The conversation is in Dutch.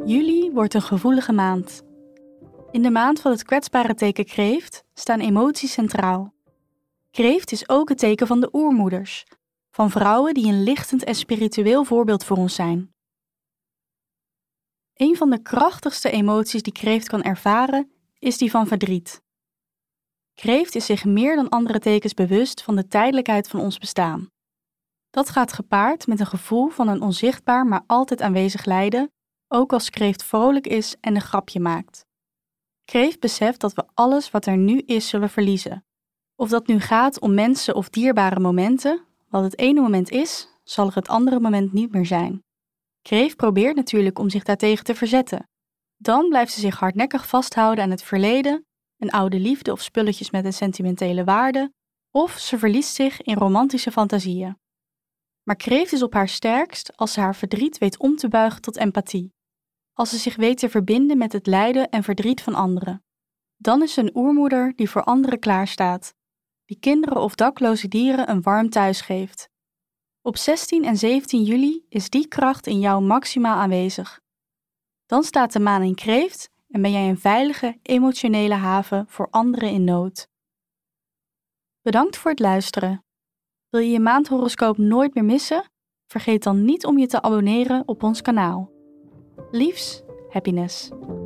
Juli wordt een gevoelige maand. In de maand van het kwetsbare teken Kreeft staan emoties centraal. Kreeft is ook het teken van de oermoeders, van vrouwen die een lichtend en spiritueel voorbeeld voor ons zijn. Een van de krachtigste emoties die Kreeft kan ervaren is die van verdriet. Kreeft is zich meer dan andere tekens bewust van de tijdelijkheid van ons bestaan. Dat gaat gepaard met een gevoel van een onzichtbaar maar altijd aanwezig lijden, ook als Kreeft vrolijk is en een grapje maakt. Kreeft beseft dat we alles wat er nu is zullen verliezen. Of dat nu gaat om mensen of dierbare momenten, wat het ene moment is, zal er het andere moment niet meer zijn. Kreeft probeert natuurlijk om zich daartegen te verzetten. Dan blijft ze zich hardnekkig vasthouden aan het verleden, een oude liefde of spulletjes met een sentimentele waarde, of ze verliest zich in romantische fantasieën. Maar Kreeft is op haar sterkst als ze haar verdriet weet om te buigen tot empathie. Als ze zich weet te verbinden met het lijden en verdriet van anderen. Dan is ze een oermoeder die voor anderen klaarstaat, die kinderen of dakloze dieren een warm thuis geeft. Op 16 en 17 juli is die kracht in jou maximaal aanwezig. Dan staat de maan in Kreeft en ben jij een veilige, emotionele haven voor anderen in nood. Bedankt voor het luisteren. Wil je je maandhoroscoop nooit meer missen? Vergeet dan niet om je te abonneren op ons kanaal. Liefs, happiness.